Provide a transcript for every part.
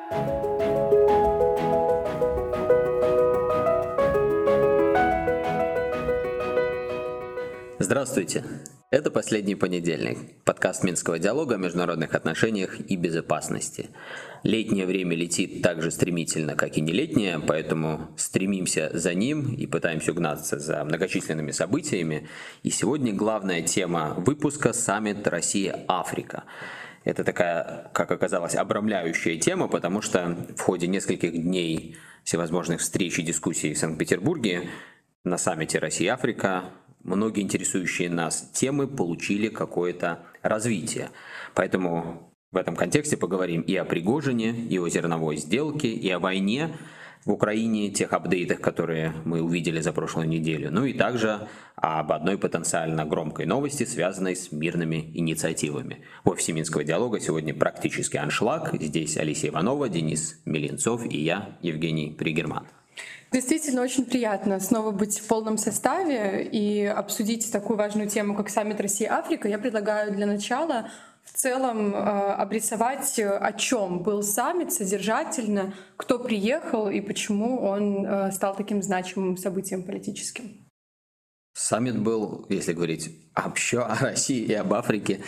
Здравствуйте! Это «Последний понедельник», подкаст Минского диалога о международных отношениях и безопасности. Летнее время летит так же стремительно, как и не летнее, поэтому стремимся за ним и пытаемся угнаться за многочисленными событиями. И сегодня главная тема выпуска – саммит Россия-Африка. Это такая, как оказалось, обрамляющая тема, потому что в ходе нескольких дней всевозможных встреч и дискуссий в Санкт-Петербурге на саммите Россия-Африка многие интересующие нас темы получили какое-то развитие. Поэтому в этом контексте поговорим и о Пригожине, и о зерновой сделке, и о войне в Украине, тех апдейтах, которые мы увидели за прошлую неделю, ну и также об одной потенциально громкой новости, связанной с мирными инициативами. В офисе Минского диалога сегодня практически аншлаг. Здесь Алисия Иванова, Денис Милинцов и я, Евгений Пригерман. Действительно, очень приятно снова быть в полном составе и обсудить такую важную тему, как саммит Россия-Африка. Я предлагаю для начала в целом обрисовать, о чем был саммит содержательно, кто приехал и почему он стал таким значимым событием политическим. Саммит был, если говорить вообще о России и об Африке,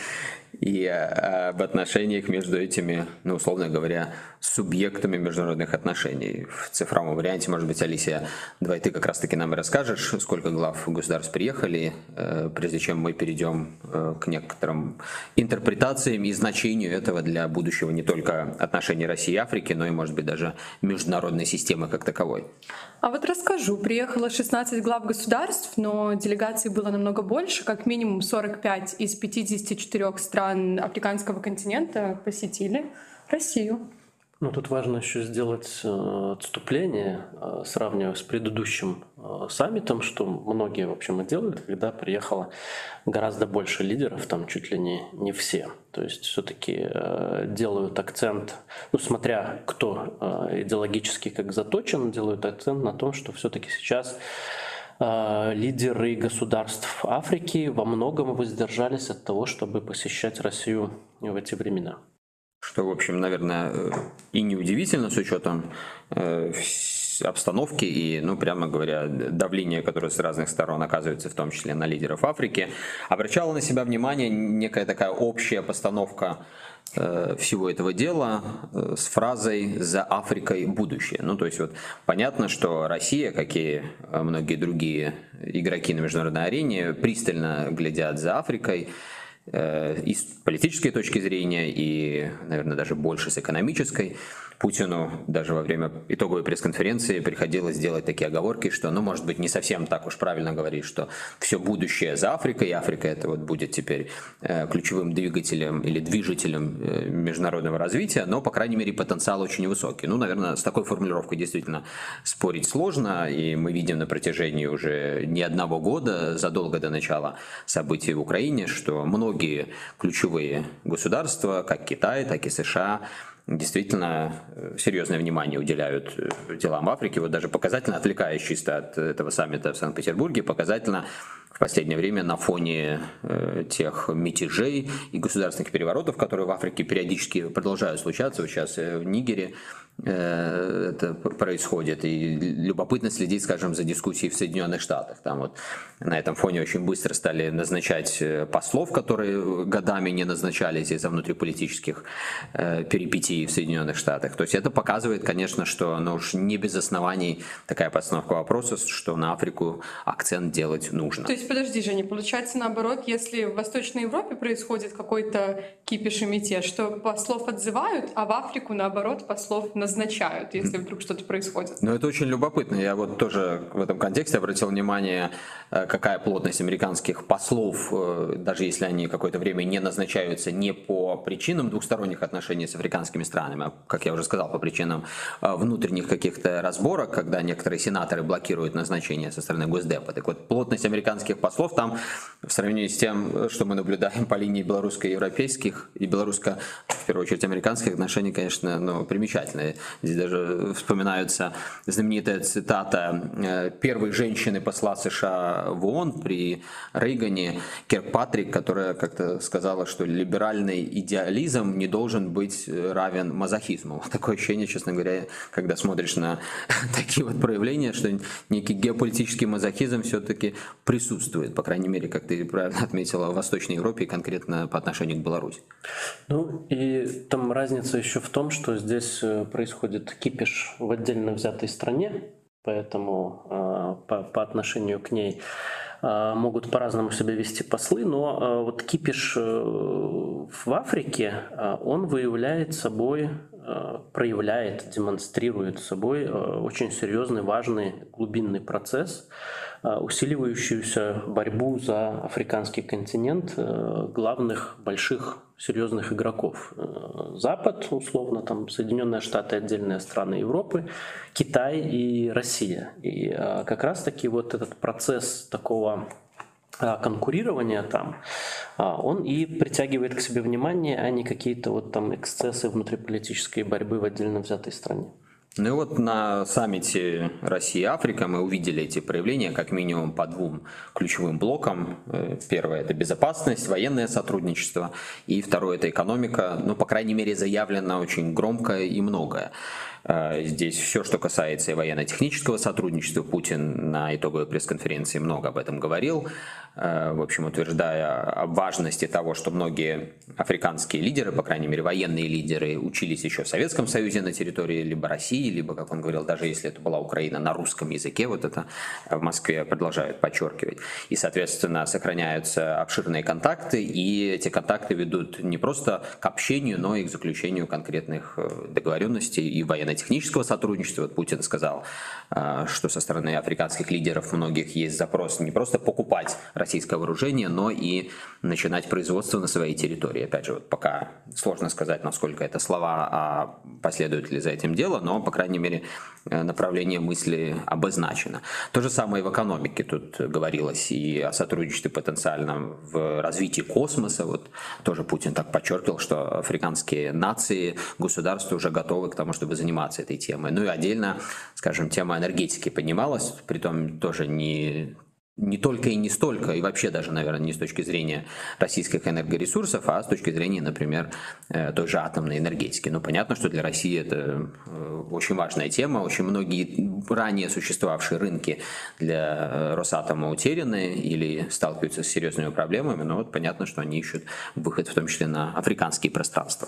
и об отношениях между этими, условно говоря, субъектами международных отношений. В цифровом варианте, может быть, Алисия, давай ты как раз-таки нам и расскажешь, сколько глав государств приехали, прежде чем мы перейдем к некоторым интерпретациям и значению этого для будущего не только отношений России и Африки, но и, может быть, даже международной системы как таковой. А вот расскажу. Приехало 16 глав государств, но делегаций было намного больше. Как минимум 45 из 54 стран африканского континента посетили Россию. Тут важно еще сделать отступление, сравнивая с предыдущим саммитом, что многие, в общем, и делают, когда приехало гораздо больше лидеров, там чуть ли не все. То есть все-таки делают акцент, смотря кто идеологически как заточен, делают акцент на том, что все-таки сейчас лидеры государств Африки во многом воздержались от того, чтобы посещать Россию в эти времена. Что, в общем, наверное, и неудивительно с учетом обстановки и, прямо говоря, давления, которое с разных сторон оказывается, в том числе на лидеров Африки. Обращала на себя внимание некая такая общая постановка всего этого дела с фразой «За Африкой будущее». То есть понятно, что Россия, как и многие другие игроки на международной арене, пристально глядят за Африкой, и с политической точки зрения, и, наверное, даже больше с экономической. Путину даже во время итоговой пресс-конференции приходилось делать такие оговорки, что, может быть, не совсем так уж правильно говорить, что все будущее за Африкой, и Африка это будет теперь ключевым двигателем или движителем международного развития, но, по крайней мере, потенциал очень высокий. Наверное, с такой формулировкой действительно спорить сложно, и мы видим на протяжении уже не одного года, задолго до начала событий в Украине, что многие ключевые государства, как Китай, так и США, действительно серьезное внимание уделяют делам Африки. Даже показательно, отвлекаясь чисто от этого саммита в Санкт-Петербурге, показательно в последнее время на фоне тех мятежей и государственных переворотов, которые в Африке периодически продолжают случаться. Сейчас в Нигере это происходит. И любопытно следить, скажем, за дискуссией в Соединенных Штатах. Там на этом фоне очень быстро стали назначать послов, которые годами не назначались из-за внутриполитических перипетий в Соединенных Штатах. То есть это показывает, конечно, что уж не без оснований такая постановка вопроса, что на Африку акцент делать нужно. То есть подожди, Женя, получается наоборот, если в Восточной Европе происходит какой-то кипиш и мятеж, что послов отзывают, а в Африку наоборот послов назначают, если вдруг что-то происходит. Это очень любопытно. Я тоже в этом контексте обратил внимание, какая плотность американских послов, даже если они какое-то время не назначаются не по причинам двухсторонних отношений с африканскими странами, а, как я уже сказал, по причинам внутренних каких-то разборок, когда некоторые сенаторы блокируют назначение со стороны Госдепа. Так плотность американских послов там, в сравнении с тем, что мы наблюдаем по линии белорусско-европейских и белорусско, в первую очередь, американских отношений, конечно, примечательная. Здесь даже вспоминается знаменитая цитата первой женщины-посла США в ООН при Рейгане, Киркпатрик, которая как-то сказала, что либеральный идеализм не должен быть равен мазохизму. Такое ощущение, честно говоря, когда смотришь на такие вот проявления, что некий геополитический мазохизм все-таки присутствует, по крайней мере, как ты правильно отметила, в Восточной Европе и конкретно по отношению к Беларуси. Ну и там разница еще в том, что здесь происходит кипиш в отдельно взятой стране, поэтому по отношению к ней могут по-разному себя вести послы, но вот кипиш в Африке, он выявляет собой, проявляет, демонстрирует собой очень серьезный, важный, глубинный процесс, усиливающуюся борьбу за африканский континент главных больших серьезных игроков. Запад, условно, там Соединенные Штаты, отдельные страны Европы, Китай и Россия. И как раз-таки вот этот процесс такого конкурирования там, он и притягивает к себе внимание, а не какие-то вот там эксцессы внутриполитической борьбы в отдельно взятой стране. Ну и вот на саммите Россия-Африка мы увидели эти проявления как минимум по двум ключевым блокам. Первое – это безопасность, военное сотрудничество. И второе – это экономика. Ну, по крайней мере, заявлено очень громко и многое. Здесь все, что касается военно-технического сотрудничества, Путин на итоговой пресс-конференции много об этом говорил, в общем, утверждая о важности того, что многие африканские лидеры, по крайней мере, военные лидеры, учились еще в Советском Союзе на территории либо России, либо, как он говорил, даже если это была Украина, на русском языке, вот это в Москве продолжают подчеркивать. И, соответственно, сохраняются обширные контакты, и эти контакты ведут не просто к общению, но и к заключению конкретных договоренностей и военно-технического сотрудничества. Вот Путин сказал, что со стороны африканских лидеров многих есть запрос не просто покупать российское вооружение, но и начинать производство на своей территории. Опять же, вот пока сложно сказать, насколько это слова, а последует ли за этим дело, но, по крайней мере, направление мысли обозначено. То же самое и в экономике. Тут говорилось и о сотрудничестве потенциальном в развитии космоса. Вот тоже Путин так подчеркивал, что африканские нации, государства уже готовы к тому, чтобы заниматься этой темой. Ну и отдельно, скажем, тема энергетики поднималась, притом тоже не только и не столько, и вообще даже, наверное, не с точки зрения российских энергоресурсов, а с точки зрения, например, той же атомной энергетики. Ну, понятно, что для России это очень важная тема. Очень многие ранее существовавшие рынки для Росатома утеряны или сталкиваются с серьезными проблемами, но вот понятно, что они ищут выход в том числе на африканские пространства.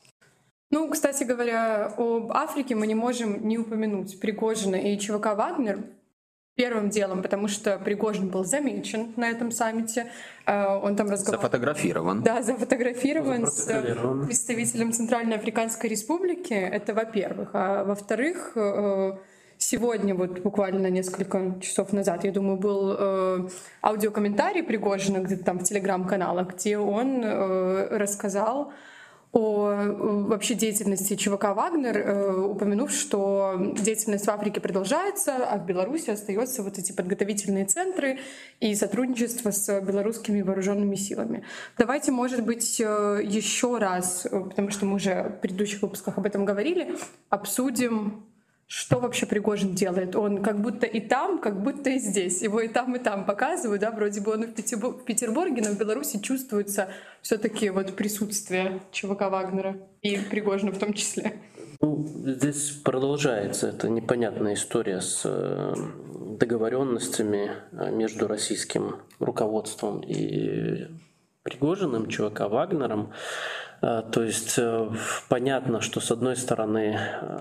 Ну, кстати говоря, об Африке мы не можем не упомянуть Пригожина и ЧВК «Вагнер». Первым делом, потому что Пригожин был замечен на этом саммите. Он там разговаривал. Зафотографирован. Да, зафотографирован с представителем Центральной Африканской Республики. Это во-первых. А во-вторых, сегодня, вот буквально несколько часов назад, я думаю, был аудиокомментарий Пригожина где-то там в телеграм-каналах, где он рассказал о вообще деятельности ЧВК «Вагнер», упомянув, что деятельность в Африке продолжается, а в Беларуси остаются вот эти подготовительные центры и сотрудничество с белорусскими вооруженными силами. Давайте, может быть, еще раз, потому что мы уже в предыдущих выпусках об этом говорили, обсудим, что вообще Пригожин делает. Он как будто и там, как будто и здесь. Его и там показывают, да, вроде бы он и в Петербурге, но в Беларуси чувствуется все-таки вот присутствие ЧВК «Вагнера» и Пригожина в том числе. Ну, здесь продолжается эта непонятная история с договоренностями между российским руководством и Пригожиным, ЧВК «Вагнером». То есть понятно, что с одной стороны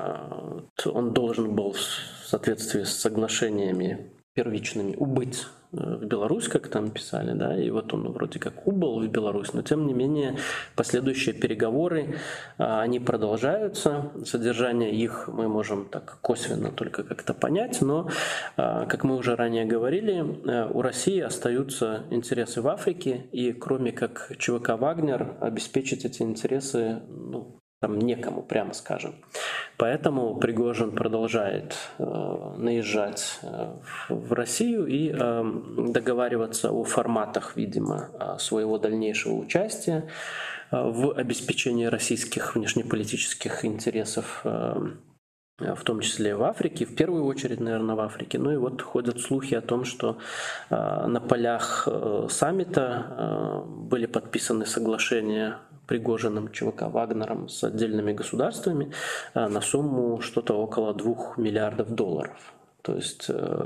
он должен был в соответствии с соглашениями первичными убыть в Беларусь, как там писали, да, и вот он вроде как убыл в Беларусь, но тем не менее последующие переговоры, они продолжаются, содержание их мы можем так косвенно только как-то понять, но, как мы уже ранее говорили, у России остаются интересы в Африке, и кроме как ЧВК «Вагнер» обеспечить эти интересы, там некому, прямо скажем. Поэтому Пригожин продолжает наезжать в Россию и договариваться о форматах, видимо, своего дальнейшего участия в обеспечении российских внешнеполитических интересов в том числе в Африке, в первую очередь, наверное, в Африке. Ну и вот ходят слухи о том, что на полях саммита были подписаны соглашения Пригожиным, ЧВК Вагнером с отдельными государствами на сумму что-то около $2 миллиардов. То есть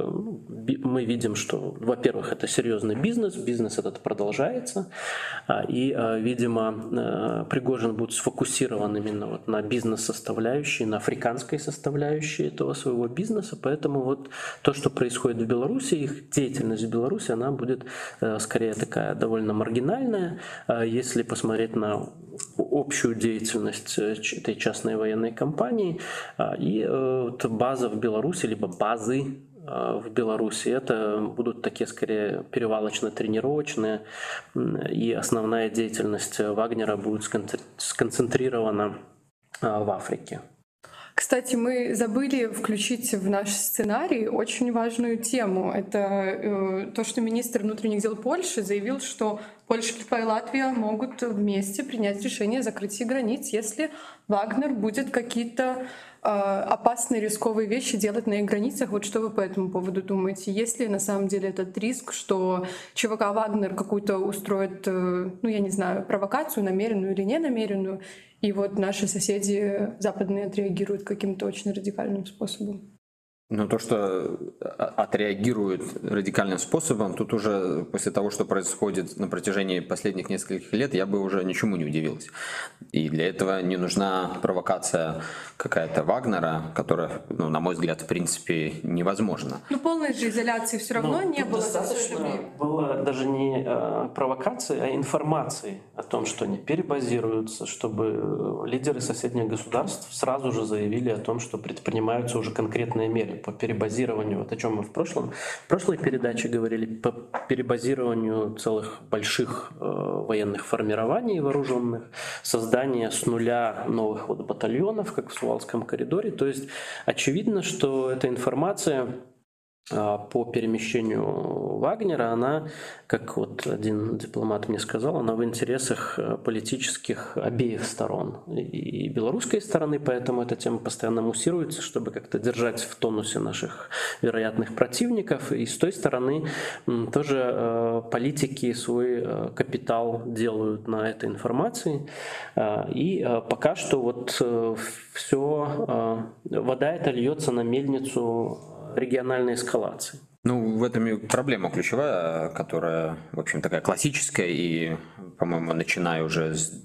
мы видим, что, во-первых, это серьезный бизнес этот продолжается, и, видимо, Пригожин будет сфокусирован именно вот на бизнес-составляющей, на африканской составляющей этого своего бизнеса, поэтому вот то, что происходит в Беларуси, их деятельность в Беларуси, она будет скорее такая довольно маргинальная, если посмотреть на общую деятельность этой частной военной компании, и вот база в Беларуси, либо базы в Беларуси, это будут такие скорее перевалочно-тренировочные, и основная деятельность Вагнера будет сконцентрирована в Африке. Кстати, мы забыли включить в наш сценарий очень важную тему. Это то, что министр внутренних дел Польши заявил, что Польша, Литва и Латвия могут вместе принять решение о закрытии границ, если Вагнер будет какие-то опасные, рисковые вещи делать на их границах. Вот что вы по этому поводу думаете? Есть ли на самом деле этот риск, что ЧВК Вагнер какую-то устроит, ну я не знаю, провокацию, намеренную или не намеренную, и вот наши соседи западные отреагируют каким-то очень радикальным способом? Ну, то, что отреагируют радикальным способом, тут уже после того, что происходит на протяжении последних нескольких лет, я бы уже ничему не удивился. И для этого не нужна провокация какая-то Вагнера, которая, ну, на мой взгляд, в принципе, невозможна. Ну, полной же изоляции все равно не было. Достаточно было даже не провокации, а информации о том, что они перебазируются, чтобы лидеры соседних государств сразу же заявили о том, что предпринимаются уже конкретные меры по перебазированию, вот о чем мы в прошлой передаче говорили, по перебазированию целых больших военных формирований вооруженных, создание с нуля новых вот батальонов, как в Сувалском коридоре. То есть очевидно, что эта информация по перемещению Вагнера, она, как вот один дипломат мне сказал, она в интересах политических обеих сторон. И белорусской стороны, поэтому эта тема постоянно муссируется, чтобы как-то держать в тонусе наших вероятных противников. И с той стороны тоже политики свой капитал делают на этой информации. И пока что вот все, вода эта льется на мельницу региональной эскалации. Ну, в этом и проблема ключевая, которая, в общем, такая классическая, и, по-моему, начиная уже с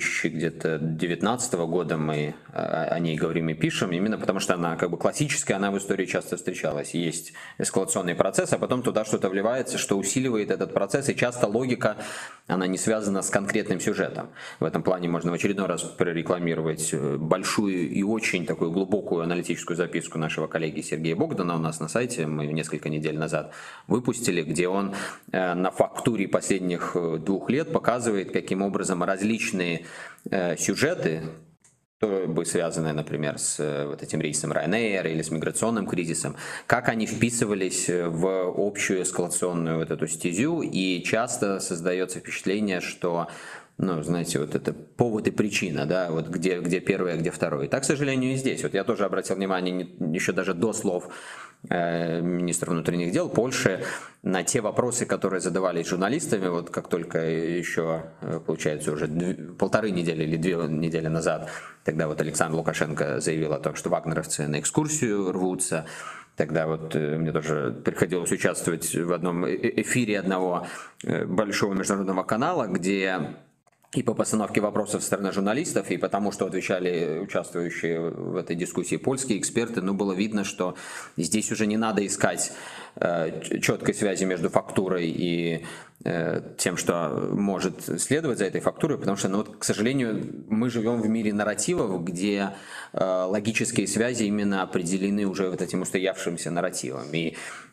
2019 года мы о ней говорим и пишем, именно потому что она как бы классическая, она в истории часто встречалась. Есть эскалационный процесс, а потом туда что-то вливается, что усиливает этот процесс, и часто логика, она не связана с конкретным сюжетом. В этом плане можно в очередной раз прорекламировать большую и очень такую глубокую аналитическую записку нашего коллеги Сергея Богдана у нас на сайте, мы несколько недель назад выпустили, где он на фактуре последних 2 лет показывает, каким образом различные сюжеты, бы связанные, например, с вот этим рейсом Ryanair или с миграционным кризисом, как они вписывались в общую эскалационную вот эту стезю, и часто создается впечатление, что, ну, знаете, вот это повод и причина, да, вот где первое, где второе. И так, к сожалению, и здесь. Вот я тоже обратил внимание еще даже до слов министра внутренних дел Польши на те вопросы, которые задавались журналистами, вот как только еще, получается, уже 1,5 недели или 2 недели назад, тогда вот Александр Лукашенко заявил о том, что вагнеровцы на экскурсию рвутся. Тогда вот мне тоже приходилось участвовать в одном эфире одного большого международного канала, где и по постановке вопросов со стороны журналистов, и потому что отвечали участвующие в этой дискуссии польские эксперты, ну, было видно, что здесь уже не надо искать четкой связи между фактурой и тем, что может следовать за этой фактурой, потому что, ну, вот, к сожалению, мы живем в мире нарративов, где логические связи именно определены уже вот этим устоявшимся нарративом. И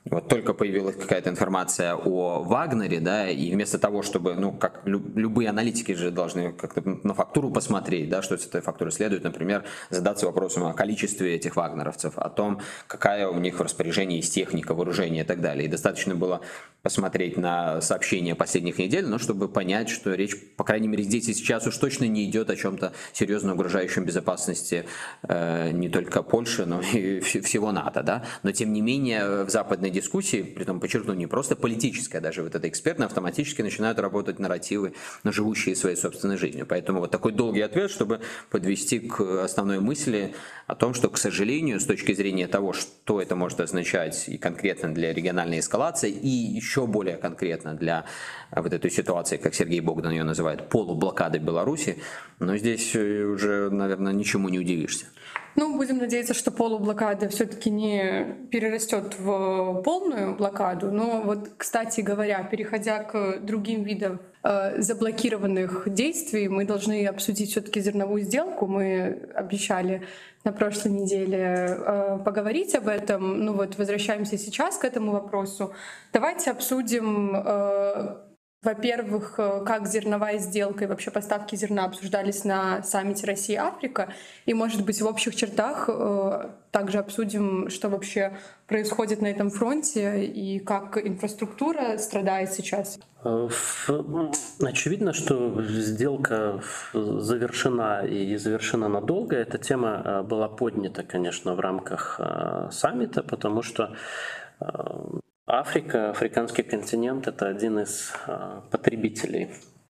вот только появилась какая-то информация о Вагнере, да, и вместо того, чтобы, ну, как любые аналитики же должны как-то на фактуру посмотреть, да, что с этой фактуры следует, например, задаться вопросом о количестве этих вагнеровцев, о том, какая у них в распоряжении есть техника, вооружение и так далее. И достаточно было посмотреть на сообщения последних недель, но чтобы понять, что речь, по крайней мере, здесь и сейчас уж точно не идет о чем-то серьезно угрожающем безопасности не только Польши, но и всего НАТО, да. Но тем не менее в западной дискуссии, притом подчеркну, не просто политическая, даже вот эта экспертная, автоматически начинают работать нарративы, но живущие своей собственной жизнью. Поэтому вот такой долгий ответ, чтобы подвести к основной мысли о том, что, к сожалению, с точки зрения того, что это может означать и конкретно для региональной эскалации, и еще более конкретно для вот этой ситуации, как Сергей Богдан ее называет, полублокады Беларуси, но здесь уже, наверное, ничему не удивишься. Ну, будем надеяться, что полублокада все-таки не перерастет в полную блокаду. Но вот, кстати говоря, переходя к другим видам заблокированных действий, мы должны обсудить все-таки зерновую сделку. Мы обещали на прошлой неделе поговорить об этом. Ну вот, возвращаемся сейчас к этому вопросу. Давайте обсудим, во-первых, как зерновая сделка и вообще поставки зерна обсуждались на саммите Россия-Африка. И, может быть, в общих чертах также обсудим, что вообще происходит на этом фронте и как инфраструктура страдает сейчас. Очевидно, что сделка завершена и завершена надолго. Эта тема была поднята, конечно, в рамках саммита, потому что Африка, африканский континент — это один из потребителей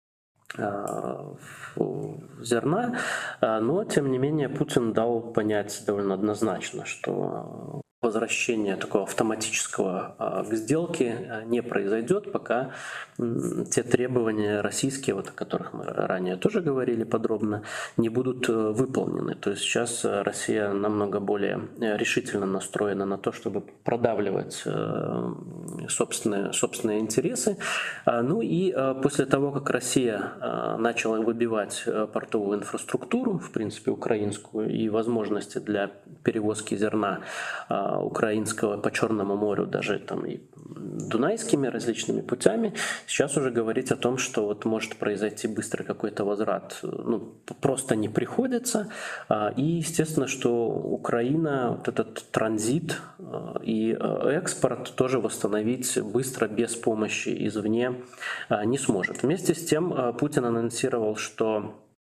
зерна, но, тем не менее, Путин дал понять довольно однозначно, что возвращение такого автоматического к сделке не произойдет, пока те требования российские, вот о которых мы ранее тоже говорили подробно, не будут выполнены. То есть сейчас Россия намного более решительно настроена на то, чтобы продавливать собственные интересы. Ну и после того, как Россия начала выбивать портовую инфраструктуру, в принципе, украинскую, и возможности для перевозки зерна украинского по Черному морю, даже там и дунайскими различными путями, сейчас уже говорить о том, что вот может произойти быстро какой-то возврат, ну, просто не приходится. И естественно, что Украина вот этот транзит и экспорт тоже восстановить быстро без помощи извне не сможет. Вместе с тем Путин анонсировал, что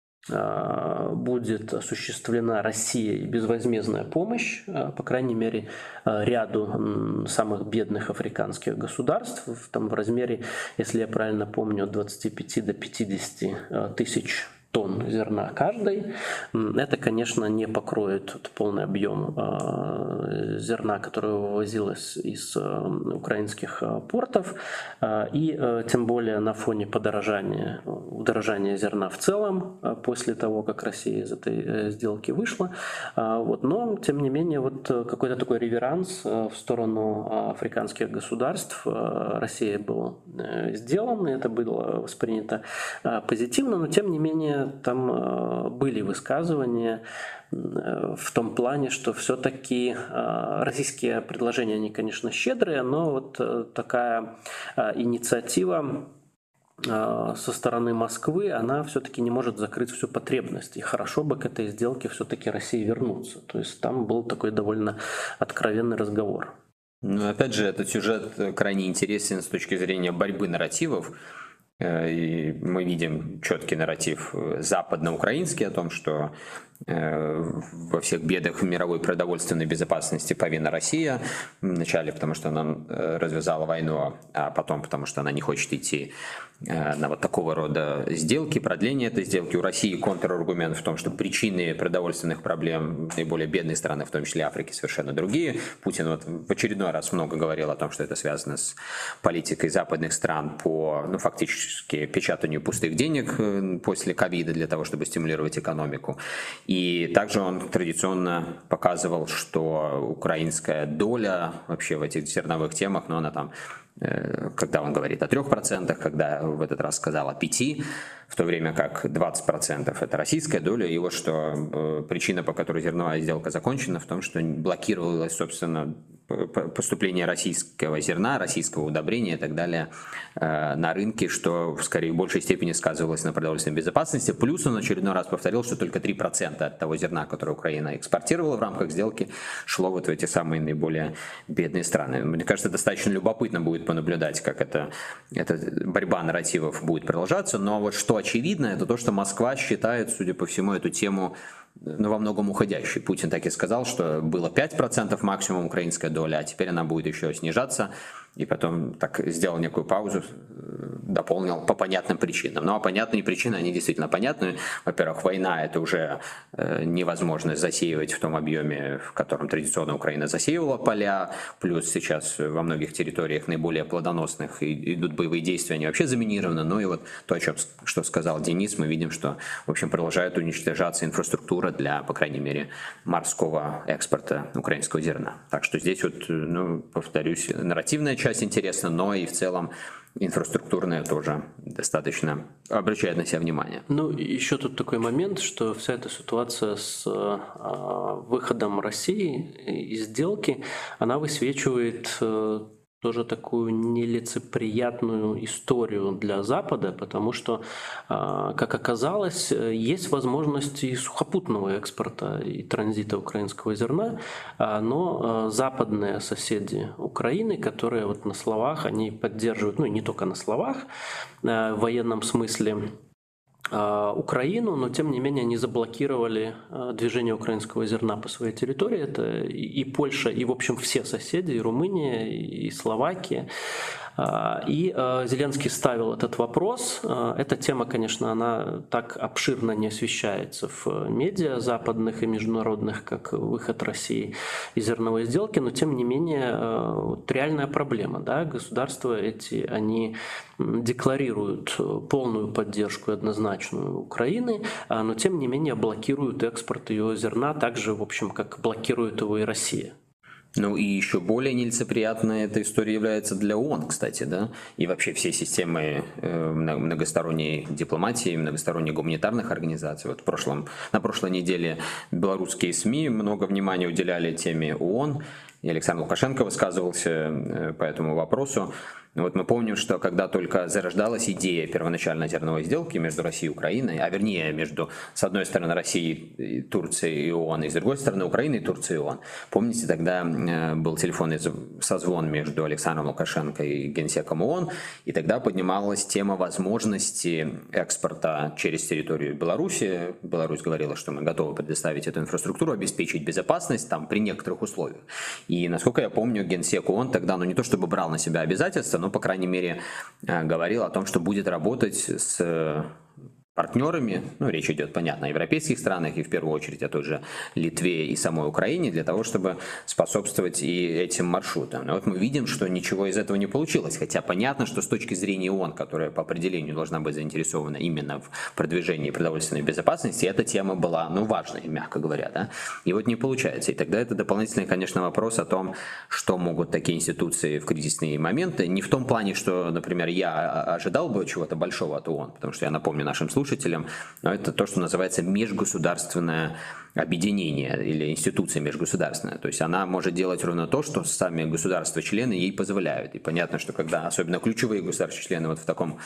будет осуществлена Россией безвозмездная помощь, по крайней мере, ряду самых бедных африканских государств, там в размере, если я правильно помню, от 25 до 50 тысяч тонн зерна каждой. Это, конечно, не покроет полный объем зерна, которое вывозилось из украинских портов, и тем более на фоне удорожания зерна в целом после того, как Россия из этой сделки вышла. Но, тем не менее, вот какой-то такой реверанс в сторону африканских государств России был сделан, и это было воспринято позитивно, но, тем не менее, там были высказывания в том плане, что все-таки российские предложения, они, конечно, щедрые, но вот такая инициатива со стороны Москвы, она все-таки не может закрыть всю потребность. И хорошо бы к этой сделке все-таки России вернуться. То есть там был такой довольно откровенный разговор. Но опять же, этот сюжет крайне интересен с точки зрения борьбы нарративов. И мы видим четкий нарратив западноукраинский о том, что во всех бедах мировой продовольственной безопасности повинна Россия. Вначале потому, что она развязала войну, а потом потому, что она не хочет идти на вот такого рода сделки, продление этой сделки. У России контраргумент в том, что причины продовольственных проблем наиболее бедной страны, в том числе Африки, совершенно другие. Путин вот в очередной раз много говорил о том, что это связано с политикой западных стран по, фактически печатанию пустых денег после ковида для того, чтобы стимулировать экономику. И также он традиционно показывал, что украинская доля вообще в этих зерновых темах, она там, когда он говорит о 3%, когда в этот раз сказал о 5%, в то время как 20% это российская доля. И вот что причина, по которой зерновая сделка закончена, в том, что блокировалась, собственно, поступления российского зерна, российского удобрения и так далее на рынке, что скорее в большей степени сказывалось на продовольственной безопасности. Плюс он очередной раз повторил, что только 3% от того зерна, которое Украина экспортировала в рамках сделки, шло вот в эти самые наиболее бедные страны. Мне кажется, достаточно любопытно будет понаблюдать, как эта борьба нарративов будет продолжаться. Но вот что очевидно, это то, что Москва считает, судя по всему, эту тему во многом уходящей. Путин так и сказал, что было 5% максимум украинская доля, а теперь она будет еще снижаться. И потом так сделал некую паузу, дополнил по понятным причинам. Ну а понятные причины, они действительно понятны. Во-первых, война — это уже невозможно засеивать в том объеме, в котором традиционно Украина засеивала поля. Плюс сейчас во многих территориях наиболее плодоносных идут боевые действия, они вообще заминированы. Ну и вот то, что сказал Денис, мы видим, что в общем продолжает уничтожаться инфраструктура для, по крайней мере, морского экспорта украинского зерна. Так что здесь вот, повторюсь, нарративная часть интересна, но и в целом инфраструктурная тоже достаточно обращает на себя внимание. Ну, еще тут такой момент, что вся эта ситуация с выходом России из сделки, она высвечивает тоже такую нелицеприятную историю для Запада, потому что, как оказалось, есть возможности и сухопутного экспорта и транзита украинского зерна, но западные соседи Украины, которые вот на словах, они поддерживают, ну и не только на словах, в военном смысле, Украину, но тем не менее они заблокировали движение украинского зерна по своей территории. Это и Польша, и, в общем, все соседи, и Румыния, и Словакия. И Зеленский ставил этот вопрос. Эта тема, конечно, она так обширно не освещается в медиа западных и международных, как выход России из зерновой сделки, но тем не менее реальная проблема. Да? Государства эти, они декларируют полную поддержку и однозначную Украины, но тем не менее блокируют экспорт ее зерна так же, в общем, как блокирует его и Россия. Ну и еще более нелицеприятной эта история является для ООН, кстати, да, и вообще всей системы многосторонней дипломатии, многосторонних гуманитарных организаций. Вот на прошлой неделе белорусские СМИ много внимания уделяли теме ООН, и Александр Лукашенко высказывался по этому вопросу. Вот мы помним, что когда только зарождалась идея первоначальной зерновой сделки между Россией и Украиной, а вернее между, с одной стороны, Россией, Турцией и ООН, и с другой стороны, Украиной, Турцией и ООН. Помните, тогда был телефонный созвон между Александром Лукашенко и генсеком ООН, и тогда поднималась тема возможности экспорта через территорию Беларуси. Беларусь говорила, что мы готовы предоставить эту инфраструктуру, обеспечить безопасность там при некоторых условиях. И, насколько я помню, генсек ООН тогда, не то чтобы брал на себя обязательства, но, по крайней мере, говорил о том, что будет работать с партнерами, речь идет, понятно, о европейских странах и в первую очередь о той же Литве и самой Украине, для того, чтобы способствовать и этим маршрутам. Но вот мы видим, что ничего из этого не получилось, хотя понятно, что с точки зрения ООН, которая по определению должна быть заинтересована именно в продвижении продовольственной безопасности, эта тема была, важной, мягко говоря, да, и вот не получается. И тогда это дополнительный, конечно, вопрос о том, что могут такие институции в кризисные моменты, не в том плане, что, например, я ожидал бы чего-то большого от ООН, потому что я напомню нашим слушателям, но это то, что называется межгосударственное объединение или институция межгосударственная. То есть она может делать ровно то, что сами государства-члены ей позволяют. И понятно, что когда особенно ключевые государства-члены вот в таком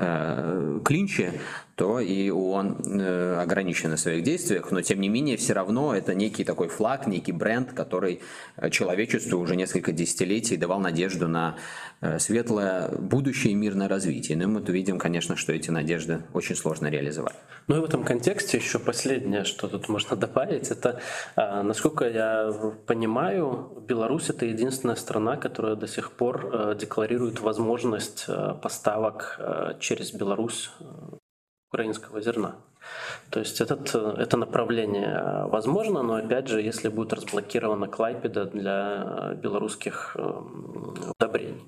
клинче, то и ООН ограничена в своих действиях, но тем не менее все равно это некий такой флаг, некий бренд, который человечеству уже несколько десятилетий давал надежду на светлое будущее и мирное развитие. Но мы видим, конечно, что эти надежды очень сложно реализовать. Ну и в этом контексте еще последнее, что тут можно добавить, это, насколько я понимаю, Беларусь — это единственная страна, которая до сих пор декларирует возможность поставок через Беларусь украинского зерна. То есть это направление возможно, но опять же, если будет разблокирована Клайпеда для белорусских удобрений.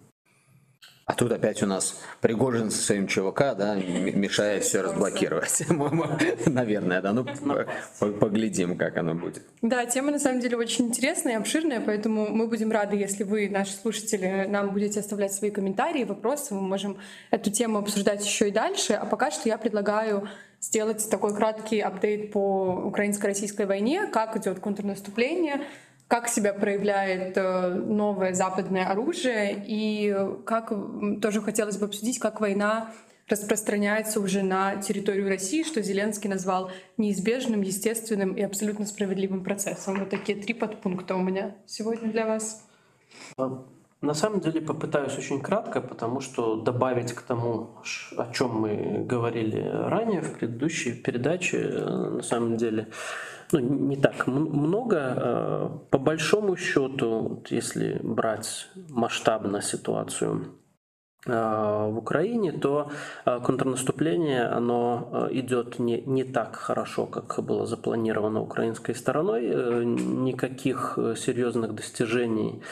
А тут опять у нас Пригожин со своим ЧВК, да, мешает все разблокировать. Наверное, да. Поглядим, как оно будет. Да, тема на самом деле очень интересная и обширная, поэтому мы будем рады, если вы, наши слушатели, нам будете оставлять свои комментарии, вопросы. Мы можем эту тему обсуждать еще и дальше. А пока что я предлагаю сделать такой краткий апдейт по украинско-российской войне, как идет контрнаступление, как себя проявляет новое западное оружие, и как тоже хотелось бы обсудить, как война распространяется уже на территорию России, что Зеленский назвал неизбежным, естественным и абсолютно справедливым процессом. Вот такие 3 подпункта у меня сегодня для вас. На самом деле попытаюсь очень кратко, потому что добавить к тому, о чем мы говорили ранее в предыдущей передаче, на самом деле не так много. По большому счету, если брать масштабно ситуацию в Украине, то контрнаступление, оно идет не так хорошо, как было запланировано украинской стороной. Никаких серьезных достижений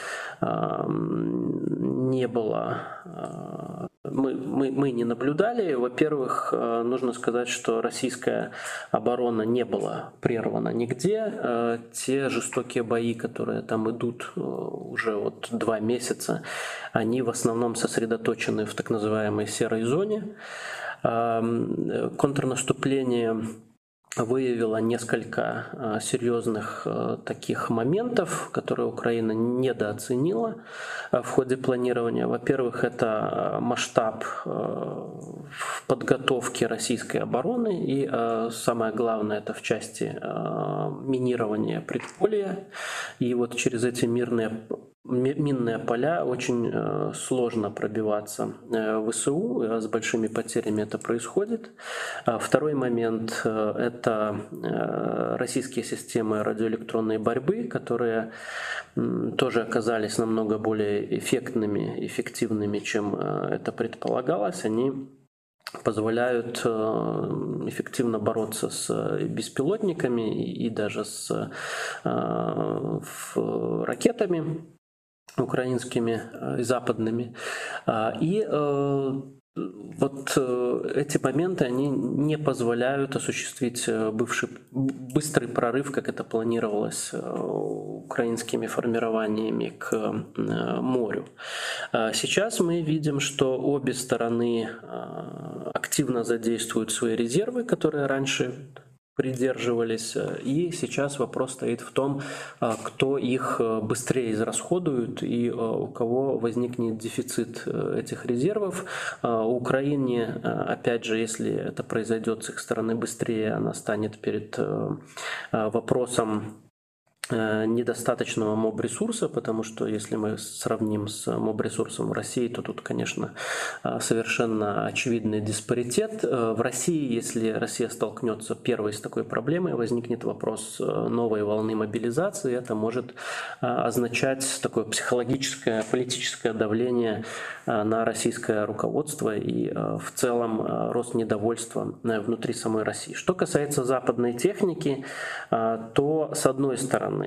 не было. Мы не наблюдали. Во-первых, нужно сказать, что российская оборона не была прервана нигде. Те жестокие бои, которые там идут уже 2 месяца, они в основном сосредоточены в так называемой серой зоне. Контрнаступление выявила несколько серьезных таких моментов, которые Украина недооценила в ходе планирования. Во-первых, это масштаб подготовки российской обороны, и самое главное, это в части минирования предполья. И вот через эти минные поля очень сложно пробиваться в ВСУ, с большими потерями это происходит. Второй момент – это российские системы радиоэлектронной борьбы, которые тоже оказались намного более эффективными, чем это предполагалось. Они позволяют эффективно бороться с беспилотниками и даже с ракетами украинскими и западными. И эти моменты, они не позволяют осуществить быстрый прорыв, как это планировалось украинскими формированиями к морю. Сейчас мы видим, что обе стороны активно задействуют свои резервы, которые раньше придерживались, и сейчас вопрос стоит в том, кто их быстрее израсходует и у кого возникнет дефицит этих резервов. Украине, опять же, если это произойдет с их стороны быстрее, она станет перед вопросом недостаточного моб-ресурса, потому что если мы сравним с моб-ресурсом в России, то тут, конечно, совершенно очевидный диспаритет. В России, если Россия столкнется первой с такой проблемой, возникнет вопрос новой волны мобилизации. Это может означать такое психологическое, политическое давление на российское руководство и в целом рост недовольства внутри самой России. Что касается западной техники, то, с одной стороны,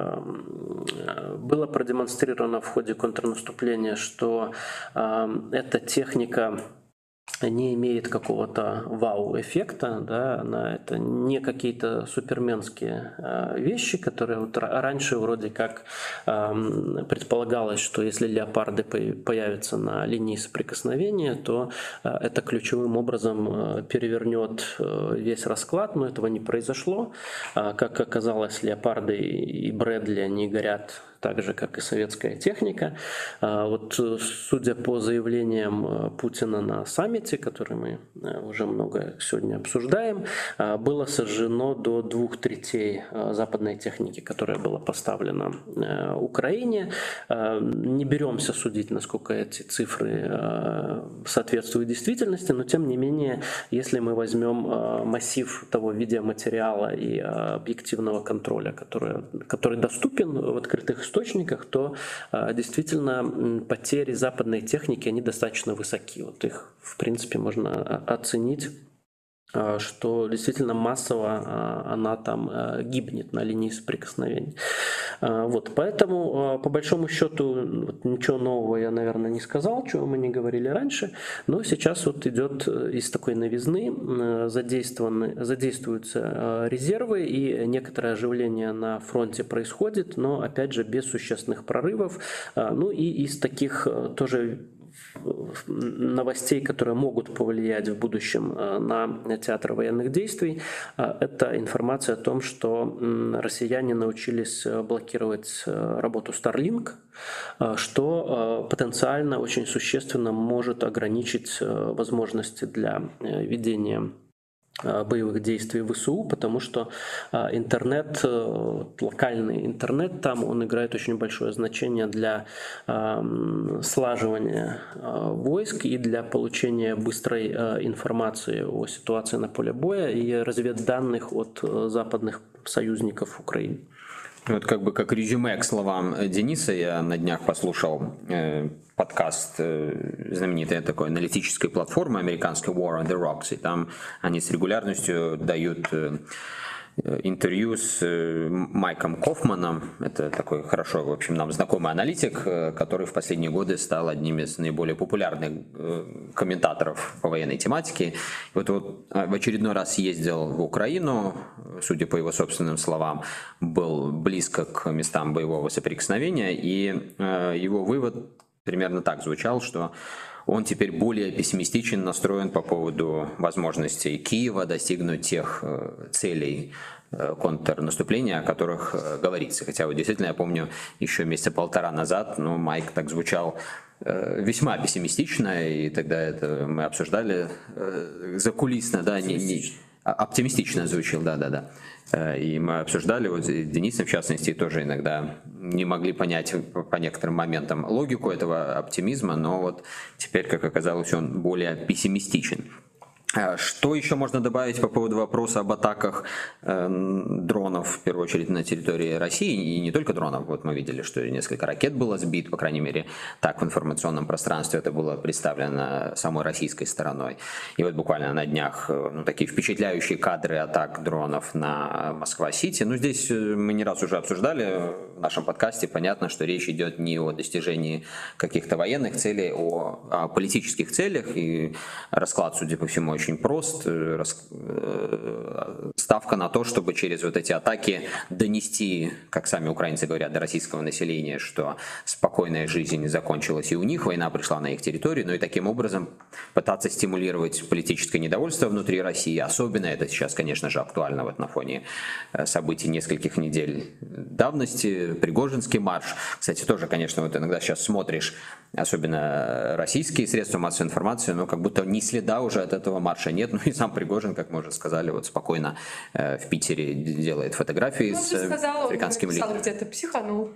было продемонстрировано в ходе контрнаступления, что эта техника не имеет какого-то вау-эффекта, да, это не какие-то суперменские вещи, которые раньше вроде как предполагалось, что если леопарды появятся на линии соприкосновения, то это ключевым образом перевернет весь расклад, но этого не произошло. Как оказалось, леопарды и Брэдли, они горят так же, как и советская техника. Судя по заявлениям Путина на саммите, который мы уже много сегодня обсуждаем, было сожжено до 2/3 западной техники, которая была поставлена Украине. Не беремся судить, насколько эти цифры соответствуют действительности, но тем не менее, если мы возьмем массив того видеоматериала и объективного контроля, который доступен в открытых источниках, то действительно потери западной техники, они достаточно высоки. Их, в принципе, можно оценить, что действительно массово она там гибнет на линии соприкосновения. Поэтому, по большому счету, ничего нового я, наверное, не сказал, чего мы не говорили раньше, но сейчас идет из такой новизны, задействуются резервы, и некоторое оживление на фронте происходит, но, опять же, без существенных прорывов. И из таких тоже новостей, которые могут повлиять в будущем на театр военных действий, это информация о том, что россияне научились блокировать работу Starlink, что потенциально очень существенно может ограничить возможности для ведения боевых действий в ВСУ, потому что интернет, локальный интернет там, он играет очень большое значение для слаживания войск и для получения быстрой информации о ситуации на поле боя и разведданных от западных союзников Украины. Вот как резюме к словам Дениса, я на днях послушал подкаст знаменитой такой аналитической платформы американской War on the Rocks, и там они с регулярностью дают интервью с Майком Кофманом. Это такой хорошо, в общем, нам знакомый аналитик, который в последние годы стал одним из наиболее популярных комментаторов по военной тематике. Вот в очередной раз ездил в Украину, судя по его собственным словам, был близко к местам боевого соприкосновения, и его вывод примерно так звучал, что он теперь более пессимистично настроен по поводу возможностей Киева достигнуть тех целей контрнаступления, о которых говорится. Хотя вот действительно, я помню, еще месяца полтора назад, Майк так звучал весьма пессимистично, и тогда это мы обсуждали закулисно, да, оптимистично звучал, да. И мы обсуждали, вот Денис, в частности, тоже иногда не могли понять по некоторым моментам логику этого оптимизма, но вот теперь, как оказалось, он более пессимистичен. Что еще можно добавить по поводу вопроса об атаках дронов, в первую очередь, на территории России, и не только дронов. Вот мы видели, что несколько ракет было сбито, по крайней мере, так в информационном пространстве это было представлено самой российской стороной. И вот буквально на днях такие впечатляющие кадры атак дронов на Москва-Сити. Здесь мы не раз уже обсуждали в нашем подкасте, понятно, что речь идет не о достижении каких-то военных целей, а о политических целях, и расклад, судя по всему, очень прост. Ставка на то, чтобы через вот эти атаки донести, как сами украинцы говорят, до российского населения, что спокойная жизнь закончилась и у них, война пришла на их территорию, и таким образом пытаться стимулировать политическое недовольство внутри России. Особенно это сейчас, конечно же, актуально вот на фоне событий нескольких недель давности. Пригожинский марш. Кстати, тоже, конечно, вот иногда сейчас смотришь, особенно российские средства массовой информации, как будто ни следа уже от этого марша нет. И сам Пригожин, как мы уже сказали, вот спокойно в Питере делает фотографии с африканским лидером. Он где-то психанул.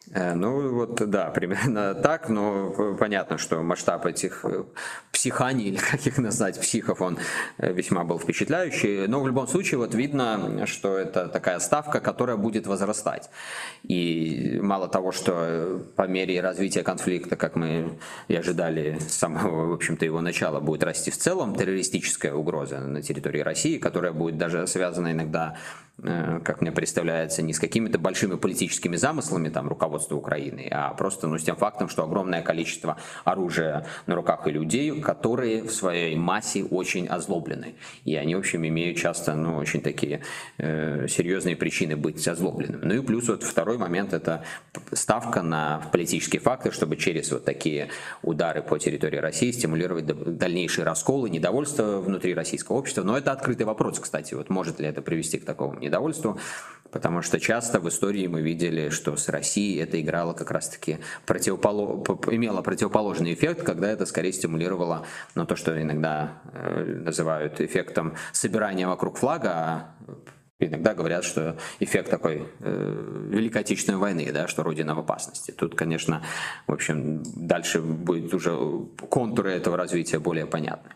Да, примерно так, но понятно, что масштаб этих психаний, или как их назвать, психов, он весьма был впечатляющий, но в любом случае вот видно, что это такая ставка, которая будет возрастать. И мало того, что по мере развития конфликта, как мы и ожидали с самого, в общем-то, его начала, будет расти в целом террористическая угроза на территории России, которая будет даже связана иногда, как мне представляется, не с какими-то большими политическими замыслами руководства Украины, а просто с тем фактом, что огромное количество оружия на руках у людей, которые в своей массе очень озлоблены. И они, в общем, имеют часто очень такие серьезные причины быть озлобленными. И плюс вот второй момент — это ставка на политические факторы, чтобы через вот такие удары по территории России стимулировать дальнейшие расколы, недовольство внутри российского общества. Но это открытый вопрос, кстати, вот может ли это привести к такому недовольству, потому что часто в истории мы видели, что с Россией это играло как раз-таки имело противоположный эффект, когда это скорее стимулировало то, что иногда называют эффектом собирания вокруг флага, а иногда говорят, что эффект такой Великой Отечественной войны, да, что Родина в опасности. Тут, конечно, в общем, дальше будет уже контуры этого развития более понятны.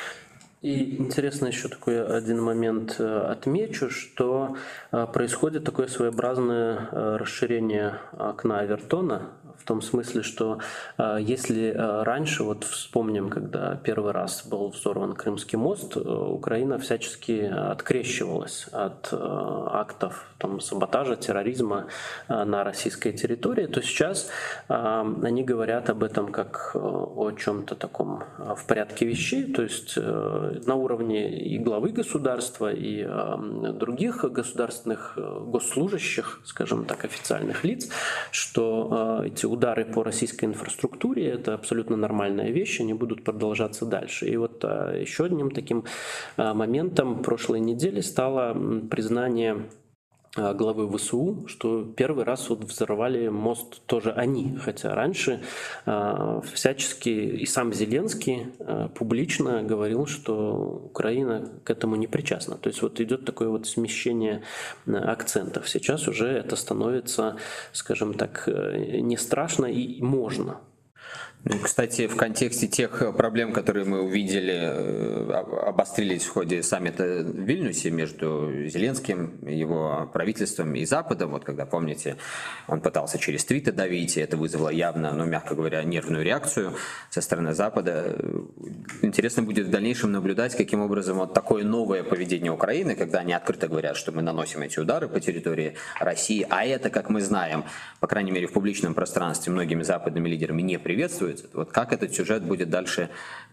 И интересно еще такой один момент отмечу, что происходит такое своеобразное расширение окна Овертона, в том смысле, что если раньше, вот вспомним, когда первый раз был взорван Крымский мост, Украина всячески открещивалась от актов саботажа, терроризма на российской территории, то сейчас они говорят об этом как о чем-то таком в порядке вещей, то есть на уровне и главы государства, и других государственных госслужащих, скажем так, официальных лиц, что эти удары по российской инфраструктуре – это абсолютно нормальная вещь, они будут продолжаться дальше. И вот еще одним таким моментом прошлой недели стало признание главы ВСУ, что первый раз вот взорвали мост тоже они, хотя раньше всячески и сам Зеленский публично говорил, что Украина к этому не причастна. То есть вот идет такое вот смещение акцентов. Сейчас уже это становится, скажем так, не страшно и можно. Ну, кстати, в контексте тех проблем, которые мы увидели, обострились в ходе саммита в Вильнюсе между Зеленским, его правительством и Западом, вот когда, помните, он пытался через твиты давить, и это вызвало явно, ну, мягко говоря, нервную реакцию со стороны Запада. Интересно будет в дальнейшем наблюдать, каким образом вот такое новое поведение Украины, когда они открыто говорят, что мы наносим эти удары по территории России, а это, как мы знаем, по крайней мере, в публичном пространстве многими западными лидерами не приветствуется. Вот как этот сюжет будет дальше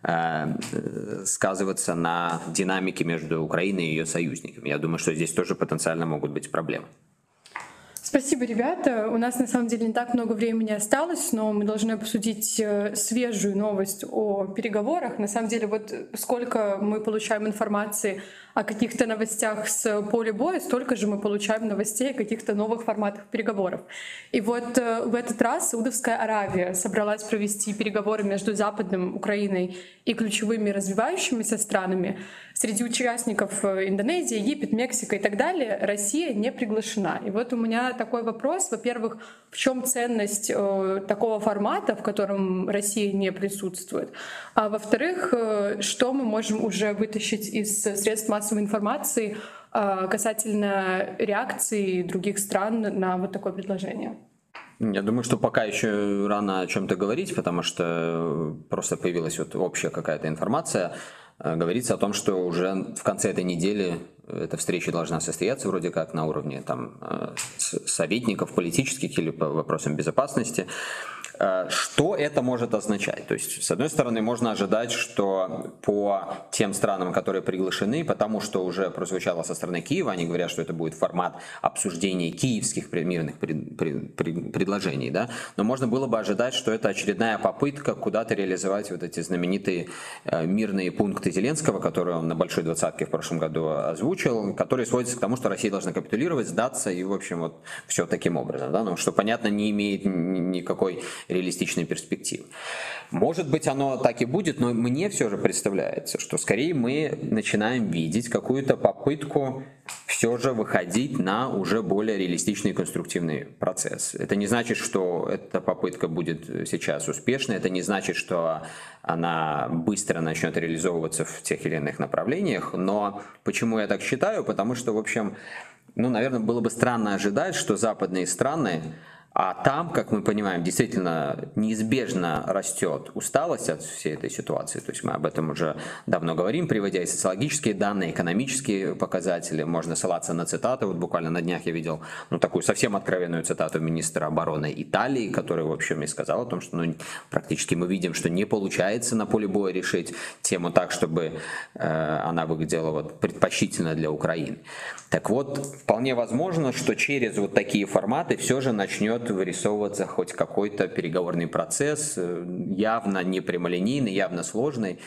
сказываться на динамике между Украиной и ее союзниками? Я думаю, что здесь тоже потенциально могут быть проблемы. Спасибо, ребята. У нас на самом деле не так много времени осталось, но мы должны обсудить свежую новость о переговорах. На самом деле, вот сколько мы получаем информации о каких-то новостях с поля боя, столько же мы получаем новостей о каких-то новых форматах переговоров. И вот в этот раз Саудовская Аравия собралась провести переговоры между Западом, Украиной и ключевыми развивающимися странами. Среди участников Индонезия, Египет, Мексика и так далее Россия не приглашена. И вот у меня такой вопрос. Во-первых, в чем ценность такого формата, в котором Россия не присутствует? А во-вторых, что мы можем уже вытащить из средств массовой информации касательно реакции других стран на вот такое предложение? Я думаю, что пока еще рано о чем-то говорить, потому что просто появилась вот общая какая-то информация. Говорится о том, что уже в конце этой недели эта встреча должна состояться вроде как на уровне там, советников политических или по вопросам безопасности. Что это может означать? То есть, с одной стороны, можно ожидать, что по тем странам, которые приглашены, потому что уже прозвучало со стороны Киева, они говорят, что это будет формат обсуждения киевских мирных предложений, да? Но можно было бы ожидать, что это очередная попытка куда-то реализовать вот эти знаменитые мирные пункты Зеленского, которые он на Большой Двадцатке в прошлом году озвучил, которые сводятся к тому, что Россия должна капитулировать, сдаться и, в общем, вот все таким образом, да? Ну, что, понятно, не имеет никакой реалистичной перспективы. Может быть, оно так и будет, но мне все же представляется, что скорее мы начинаем видеть какую-то попытку все же выходить на уже более реалистичный и конструктивный процесс. Это не значит, что эта попытка будет сейчас успешной, это не значит, что она быстро начнет реализовываться в тех или иных направлениях, но почему я так считаю? Потому что, в общем, ну, наверное, было бы странно ожидать, что западные страны, а там, как мы понимаем, действительно неизбежно растет усталость от всей этой ситуации. То есть мы об этом уже давно говорим, приводя и социологические данные, экономические показатели. Можно ссылаться на цитаты. Вот буквально на днях я видел такую совсем откровенную цитату министра обороны Италии, который, в общем, и сказал о том, что практически мы видим, что не получается на поле боя решить тему так, чтобы она выглядела вот предпочтительно для Украины. Так вот, вполне возможно, что через вот такие форматы все же начнет вырисовываться хоть какой-то переговорный процесс, явно не прямолинейный, явно сложный,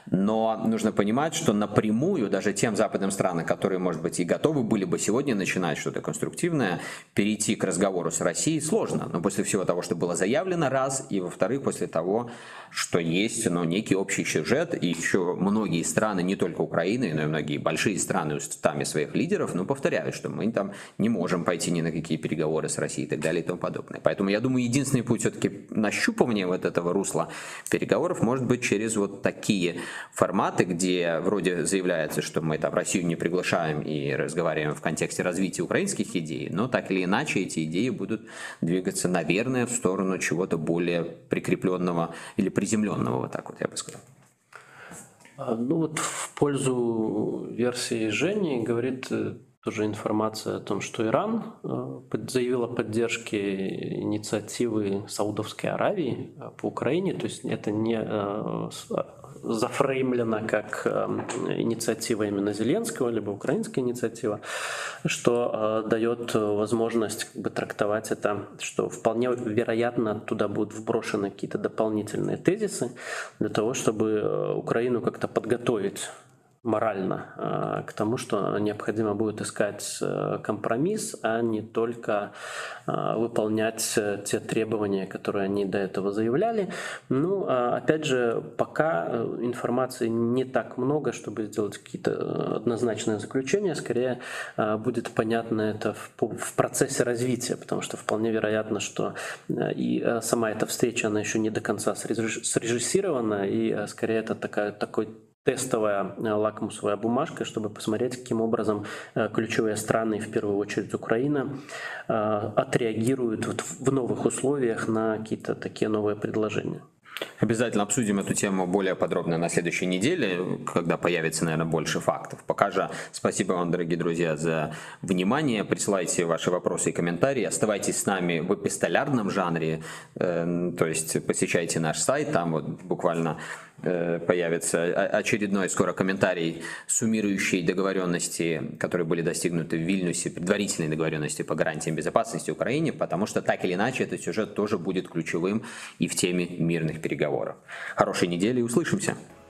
но нужно понимать, что напрямую даже тем западным странам, которые, может быть, и готовы были бы сегодня начинать что-то конструктивное, перейти к разговору с Россией сложно, но после всего того, что было заявлено, раз, и во-вторых, после того, что есть некий общий сюжет, и еще многие страны, не только Украина, но и многие большие страны устами своих лидеров, повторяют, что мы там не можем пойти ни на какие переговоры с Россией и так далее и тому подобное. Поэтому я думаю, единственный путь все-таки нащупывания вот этого русла переговоров может быть через вот такие форматы, где вроде заявляется, что мы там Россию не приглашаем и разговариваем в контексте развития украинских идей, но так или иначе эти идеи будут двигаться, наверное, в сторону чего-то более прикрепленного или приземленного, вот так вот я бы сказал. Ну вот в пользу версии Жени говорит тоже информация о том, что Иран заявил о поддержке инициативы Саудовской Аравии по Украине. То есть это не зафреймлено как инициатива именно Зеленского, либо украинская инициатива, что дает возможность как бы трактовать это, что вполне вероятно туда будут вброшены какие-то дополнительные тезисы для того, чтобы Украину как-то подготовить морально к тому, что необходимо будет искать компромисс, а не только выполнять те требования, которые они до этого заявляли. Ну, опять же, пока информации не так много, чтобы сделать какие-то однозначные заключения. Скорее будет понятно это в процессе развития, потому что вполне вероятно, что и сама эта встреча, она еще не до конца срежиссирована, и скорее это такой тестовая лакмусовая бумажка, чтобы посмотреть, каким образом ключевые страны, в первую очередь Украина, отреагируют в новых условиях на какие-то такие новые предложения. Обязательно обсудим эту тему более подробно на следующей неделе, когда появится, наверное, больше фактов. Пока же спасибо вам, дорогие друзья, за внимание. Присылайте ваши вопросы и комментарии. Оставайтесь с нами в эпистолярном жанре, то есть посещайте наш сайт, там вот буквально появится очередной скоро комментарий, суммирующий договоренности, которые были достигнуты в Вильнюсе, предварительные договоренности по гарантиям безопасности Украине, потому что так или иначе этот сюжет тоже будет ключевым и в теме мирных переговоров. Хорошей недели и услышимся!